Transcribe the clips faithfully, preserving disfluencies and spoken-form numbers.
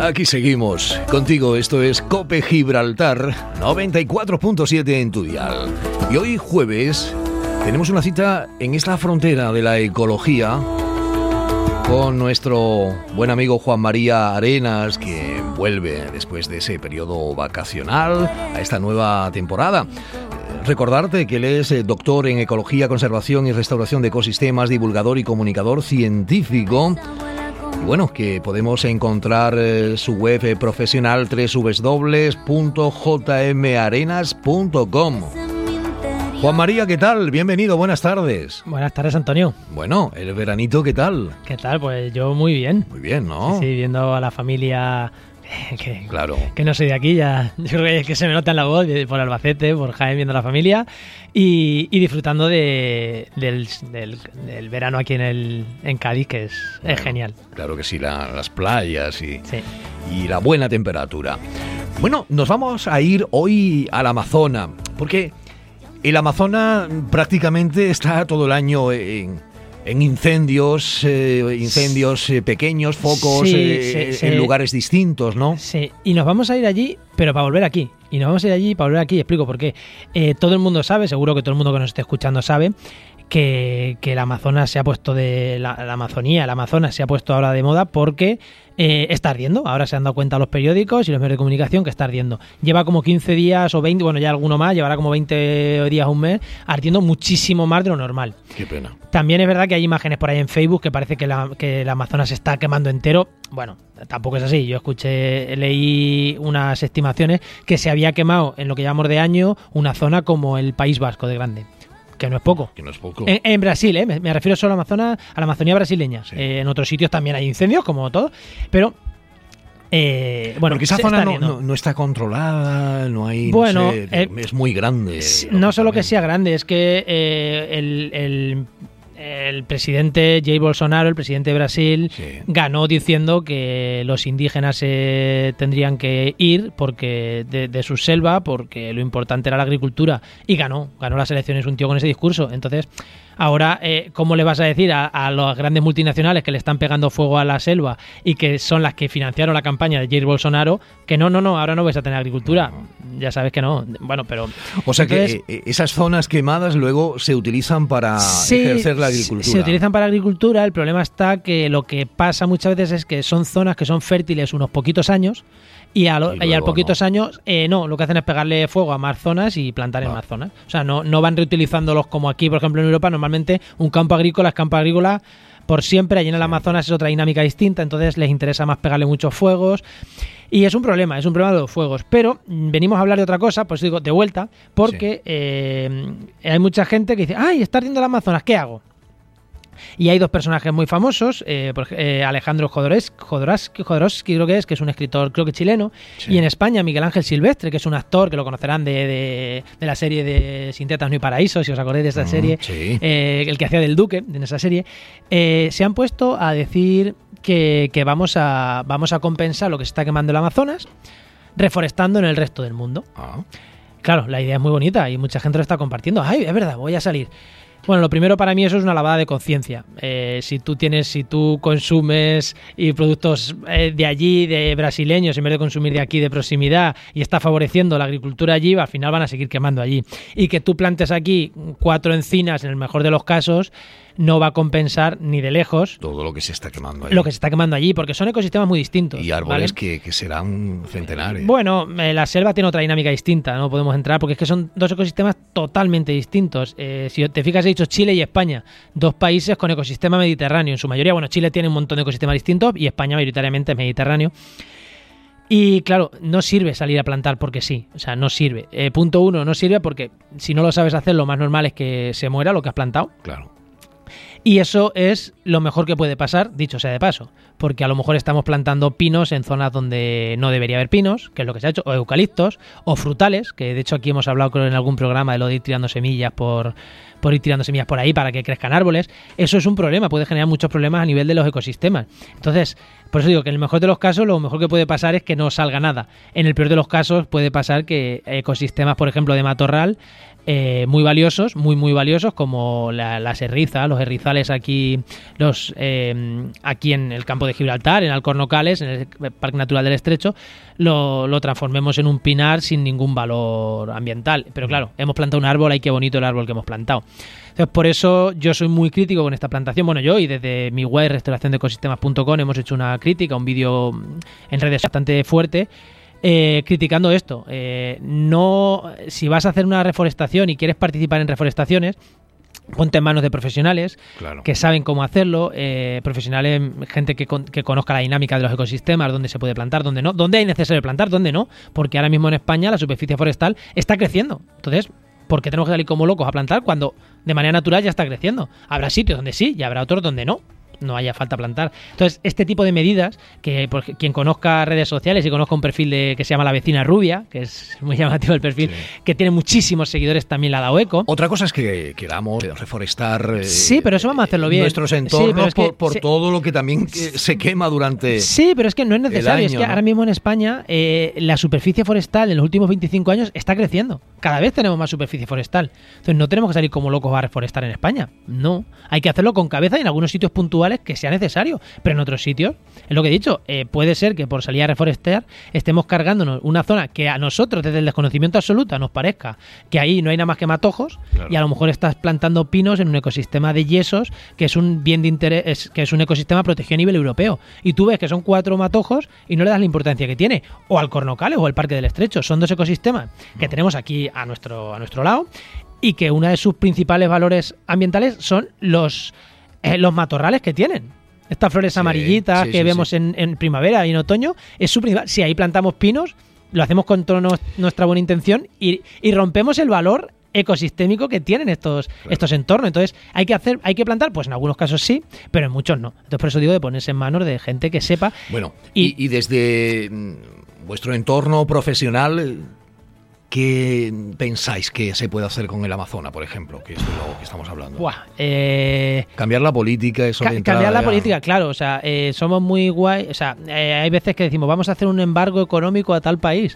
Aquí seguimos contigo, esto es COPE Gibraltar noventa y cuatro punto siete en tu dial. Y hoy jueves tenemos una cita en esta frontera de la ecología con nuestro buen amigo Juan María Arenas, que vuelve después de ese periodo vacacional a esta nueva temporada. Recordarte que él es doctor en Ecología, Conservación y Restauración de Ecosistemas, divulgador y comunicador científico. Y bueno, que podemos encontrar eh, su web eh, profesional doble u doble u doble u punto j m arenas punto com. Juan María, ¿qué tal? Bienvenido, buenas tardes. Buenas tardes, Antonio. Bueno, el veranito, ¿qué tal? ¿Qué tal? Pues yo muy bien. Muy bien, ¿no? Sí, sí, viendo a la familia... Que, claro. que no soy de aquí, ya yo creo que, es que se me nota en la voz, por Albacete, por Jaén, viendo a la familia y, y disfrutando de, del, del, del verano aquí en el en Cádiz, que es, bueno, es genial. Claro que sí, la, las playas y, sí. y la buena temperatura. Bueno, nos vamos a ir hoy al Amazonas, porque el Amazonas prácticamente está todo el año en... En incendios, eh, incendios eh, pequeños, focos, sí, eh, sí, sí. en lugares distintos, ¿no? Sí, y nos vamos a ir allí, pero para volver aquí. Y nos vamos a ir allí para volver aquí, explico por qué. Eh, todo el mundo sabe, seguro que todo el mundo que nos esté escuchando sabe, que, que el Amazonas se ha puesto de... La, la Amazonía, el Amazonas se ha puesto ahora de moda porque eh, está ardiendo. Ahora se han dado cuenta los periódicos y los medios de comunicación que está ardiendo. Lleva como quince días o veinte, bueno, ya alguno más, llevará como veinte días o un mes, ardiendo muchísimo más de lo normal. Qué pena. También es verdad que hay imágenes por ahí en Facebook que parece que, la, que el Amazonas se está quemando entero. Bueno, tampoco es así. Yo escuché, leí unas estimaciones que se había quemado en lo que llamamos de año una zona como el País Vasco de grande. Que no es poco. Que no es poco. En, en Brasil, ¿eh? me, me refiero solo a Amazonas, a la Amazonía brasileña. Sí. Eh, en otros sitios también hay incendios, como todo, pero... Eh, bueno, porque esa zona no, no, no está controlada, no hay, bueno, no sé, eh, es muy grande. No solo que sea grande, es que eh, el, el, el presidente Jair Bolsonaro, el presidente de Brasil, sí. ganó diciendo que los indígenas eh, tendrían que ir porque de, de su selva, porque lo importante era la agricultura, y ganó, ganó las elecciones un tío con ese discurso. Entonces, ahora, eh, ¿cómo le vas a decir a, a las grandes multinacionales que le están pegando fuego a la selva y que son las que financiaron la campaña de Jair Bolsonaro que no, no, no, ahora no vais a tener agricultura? No. Ya sabes que no. Bueno, pero... O sea entonces, que esas zonas quemadas luego se utilizan para sí, ejercer la agricultura. Se utilizan para agricultura. El problema está que lo que pasa muchas veces es que son zonas que son fértiles unos poquitos años y a, lo, y y a poquitos no. años eh, no, lo que hacen es pegarle fuego a más zonas y plantar ah. en más zonas. O sea, no, no van reutilizándolos como aquí, por ejemplo, en Europa. Normalmente un campo agrícola es campo agrícola por siempre. Allí en el sí. Amazonas es otra dinámica distinta, entonces les interesa más pegarle muchos fuegos. Y es un problema, es un problema de los fuegos. Pero venimos a hablar de otra cosa, pues digo, de vuelta, porque sí. eh, hay mucha gente que dice, ¡ay, está ardiendo el Amazonas! ¿Qué hago? Y hay dos personajes muy famosos, eh, por, eh, Alejandro Jodorowsky, Jodorowsky creo que es, que es un escritor creo que chileno, sí. y en España Miguel Ángel Silvestre, que es un actor que lo conocerán de, de, de la serie de Sin tetas no hay paraíso, si os acordáis de esta mm, serie, sí. eh, el que hacía del Duque en esa serie, eh, se han puesto a decir que, que vamos, a, vamos a compensar lo que se está quemando el Amazonas reforestando en el resto del mundo. Ah. Claro, la idea es muy bonita y mucha gente lo está compartiendo. ¡Ay, es verdad, voy a salir! Bueno, lo primero para mí eso es una lavada de conciencia. Eh, si tú tienes, si tú consumes y productos eh, de allí, de brasileños, en vez de consumir de aquí, de proximidad, y está favoreciendo la agricultura allí, al final van a seguir quemando allí. Y que tú plantes aquí cuatro encinas, en el mejor de los casos, no va a compensar ni de lejos todo lo que se está quemando allí. Lo que se está quemando allí, porque son ecosistemas muy distintos. Y árboles, ¿vale? que, que serán centenares. Bueno, eh, la selva tiene otra dinámica distinta, no podemos entrar, porque es que son dos ecosistemas totalmente distintos. Eh, si te fijas, he dicho Chile y España, dos países con ecosistema mediterráneo en su mayoría. Bueno, Chile tiene un montón de ecosistemas distintos y España mayoritariamente es mediterráneo. Y claro, no sirve salir a plantar porque sí, o sea, no sirve. Eh, punto uno, no sirve porque si no lo sabes hacer, lo más normal es que se muera lo que has plantado. Claro. Y eso es lo mejor que puede pasar, dicho sea de paso, porque a lo mejor estamos plantando pinos en zonas donde no debería haber pinos, que es lo que se ha hecho, o eucaliptos, o frutales, que de hecho aquí hemos hablado creo en algún programa de lo de ir tirando semillas por, por ir tirando semillas por ahí para que crezcan árboles. Eso es un problema, puede generar muchos problemas a nivel de los ecosistemas. Entonces, por eso digo que en el mejor de los casos lo mejor que puede pasar es que no salga nada. En el peor de los casos puede pasar que ecosistemas, por ejemplo, de matorral, Eh, muy valiosos, muy muy valiosos, como la, las errizas, los errizales cornocales aquí, los eh, aquí en el campo de Gibraltar, en Alcornocales, en el Parque Natural del Estrecho, lo, lo transformemos en un pinar sin ningún valor ambiental. Pero claro, hemos plantado un árbol, ay, qué bonito el árbol que hemos plantado. Entonces, por eso yo soy muy crítico con esta plantación. Bueno, yo y desde mi web restauración de ecosistemas punto com hemos hecho una crítica, un vídeo en redes bastante fuerte, eh, criticando esto. Eh, no, si vas a hacer una reforestación y quieres participar en reforestaciones, ponte en manos de profesionales, claro, que saben cómo hacerlo, eh, profesionales, gente que, con, que conozca la dinámica de los ecosistemas, dónde se puede plantar, dónde no, dónde hay necesario plantar, dónde no, porque ahora mismo en España la superficie forestal está creciendo. Entonces, ¿por qué tenemos que salir como locos a plantar cuando de manera natural ya está creciendo? Habrá sitios donde sí y habrá otros donde no. No haya falta plantar. Entonces, este tipo de medidas, que por quien conozca redes sociales y conozca un perfil de, que se llama La Vecina Rubia, que es muy llamativo el perfil, sí, que tiene muchísimos seguidores, también la ha dado eco. Otra cosa es que queramos reforestar eh, sí, pero eso vamos a hacerlo bien. Nuestros entornos, sí, por, que, por se, todo lo que también se quema durante Sí, pero es que no es necesario. Año, es que ¿no? ahora mismo en España eh, la superficie forestal en los últimos veinticinco años está creciendo. Cada vez tenemos más superficie forestal. Entonces no tenemos que salir como locos a reforestar en España. No. Hay que hacerlo con cabeza y en algunos sitios puntuales que sea necesario. Pero en otros sitios, es lo que he dicho, eh, puede ser que por salir a reforestar estemos cargándonos una zona que a nosotros desde el desconocimiento absoluto nos parezca que ahí no hay nada más que matojos, claro, y a lo mejor estás plantando pinos en un ecosistema de yesos que es un bien de interés, que es un ecosistema protegido a nivel europeo. Y tú ves que son cuatro matojos y no le das la importancia que tiene. O Alcornocales o el Parque del Estrecho. Son dos ecosistemas que tenemos aquí a nuestro, a nuestro lado y que uno de sus principales valores ambientales son los, eh, los matorrales que tienen. Estas flores sí, amarillitas sí, que sí, vemos sí. En, en primavera y en otoño, es su principal. Si ahí plantamos pinos, lo hacemos con toda no, nuestra buena intención y, y rompemos el valor ecosistémico que tienen estos, claro, estos entornos. Entonces, ¿hay que hacer, hay que plantar? Pues en algunos casos sí, pero en muchos no. Entonces, por eso digo de ponerse en manos de gente que sepa. Bueno, y, y, y desde vuestro entorno profesional, ¿qué pensáis que se puede hacer con el Amazonas, por ejemplo, que es de lo que estamos hablando? Buah, eh, cambiar la política, eso ca- de Cambiar la ya... política, claro. O sea, eh, somos muy guay. O sea, eh, hay veces que decimos, vamos a hacer un embargo económico a tal país.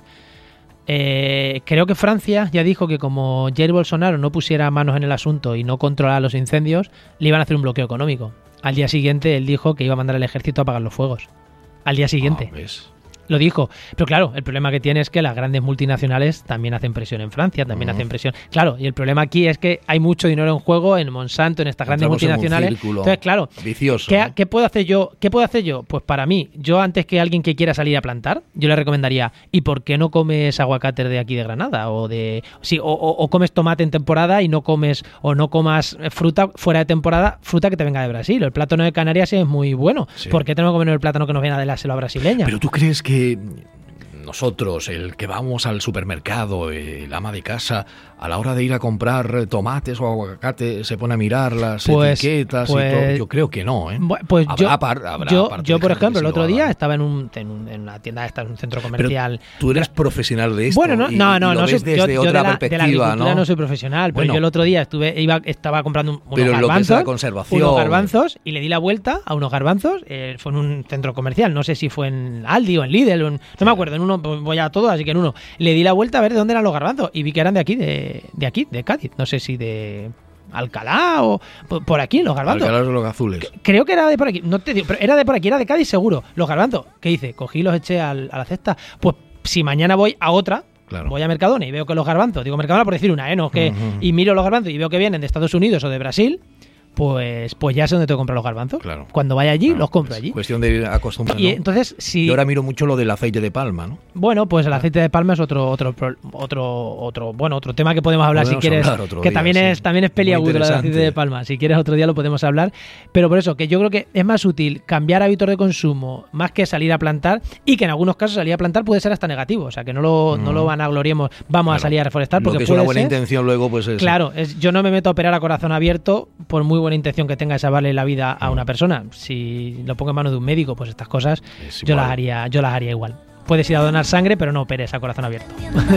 Eh, creo que Francia ya dijo que como Jair Bolsonaro no pusiera manos en el asunto y no controlara los incendios, le iban a hacer un bloqueo económico. Al día siguiente él dijo que iba a mandar al ejército a apagar los fuegos. Al día siguiente. Ah, ¿ves? Lo dijo. Pero claro, el problema que tiene es que las grandes multinacionales también hacen presión en Francia, también uh-huh. hacen presión. Claro, y el problema aquí es que hay mucho dinero en juego en Monsanto, en estas Entramos grandes multinacionales. En un círculo Entonces, claro, vicioso, ¿qué, ¿no? ¿qué puedo hacer yo? ¿Qué puedo hacer yo? Pues para mí, yo antes que alguien que quiera salir a plantar, yo le recomendaría, ¿y por qué no comes aguacate de aquí de Granada? O de sí, o, o, o comes tomate en temporada y no comes, o no comas fruta fuera de temporada, fruta que te venga de Brasil. El plátano de Canarias es muy bueno. Sí. ¿Por qué tenemos que comer el plátano que nos viene de la selva brasileña? Pero tú crees que nosotros, el que vamos al supermercado, el ama de casa, a la hora de ir a comprar tomates o aguacate, se pone a mirar las pues, etiquetas pues, y todo? Yo creo que no, ¿eh? Pues habrá yo, par, habrá yo, yo de por ejemplo, el otro si día hagan. estaba en, un, en, un, en una tienda, esta, en un centro comercial. Pero tú eres profesional de esto. Bueno, no, y, no, no, y lo no ves soy, desde yo, yo otra de la, perspectiva, de la agricultura ¿no? no soy profesional, pero bueno, yo el otro día estuve, iba, estaba comprando unos pero garbanzos, lo que es la conservación, unos garbanzos y le di la vuelta a unos garbanzos. Eh, fue en un centro comercial, no sé si fue en Aldi o en Lidl, o en, no sí. me acuerdo, en uno, voy a todo, así que en uno le di la vuelta a ver de dónde eran los garbanzos y vi que eran de aquí, de, de aquí, de Cádiz, no sé si de Alcalá o por aquí, los garbanzos. Alcalá son los azules. Creo que era de por aquí, no te digo, pero era de por aquí, era de Cádiz seguro. Los garbanzos, ¿qué hice? Cogí y los eché al, a la cesta. Pues si mañana voy a otra, claro. voy a Mercadona y veo que los garbanzos, digo Mercadona por decir una, ¿eh? No, que, uh-huh. y miro los garbanzos y veo que vienen de Estados Unidos o de Brasil, pues pues ya sé dónde tengo que comprar los garbanzos. Claro. Cuando vaya allí, claro, los compro allí. Cuestión de ir acostumbrando. Y entonces, si yo ahora miro mucho lo del aceite de palma, ¿no? Bueno, pues el aceite de palma es otro otro otro otro bueno, otro tema que podemos hablar podemos si quieres, hablar que día, también sí. es también es peliagudo el aceite de palma. Si quieres otro día lo podemos hablar, pero por eso que yo creo que es más útil cambiar hábitos de consumo más que salir a plantar, y que en algunos casos salir a plantar puede ser hasta negativo, o sea, que no lo mm. no lo vanagloriemos, vamos claro. a salir a reforestar porque lo que es puede una buena ser, intención luego pues es Claro, es, yo no me meto a operar a corazón abierto por muy buena intención que tenga esa salvarle la vida a una persona. Si lo pongo en manos de un médico, pues estas cosas yo las haría, yo las haría igual. Puedes ir a donar sangre, pero no operes a corazón abierto.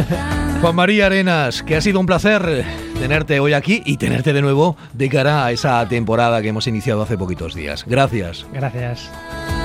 Juan María Arenas, que ha sido un placer tenerte hoy aquí y tenerte de nuevo de cara a esa temporada que hemos iniciado hace poquitos días. Gracias. Gracias.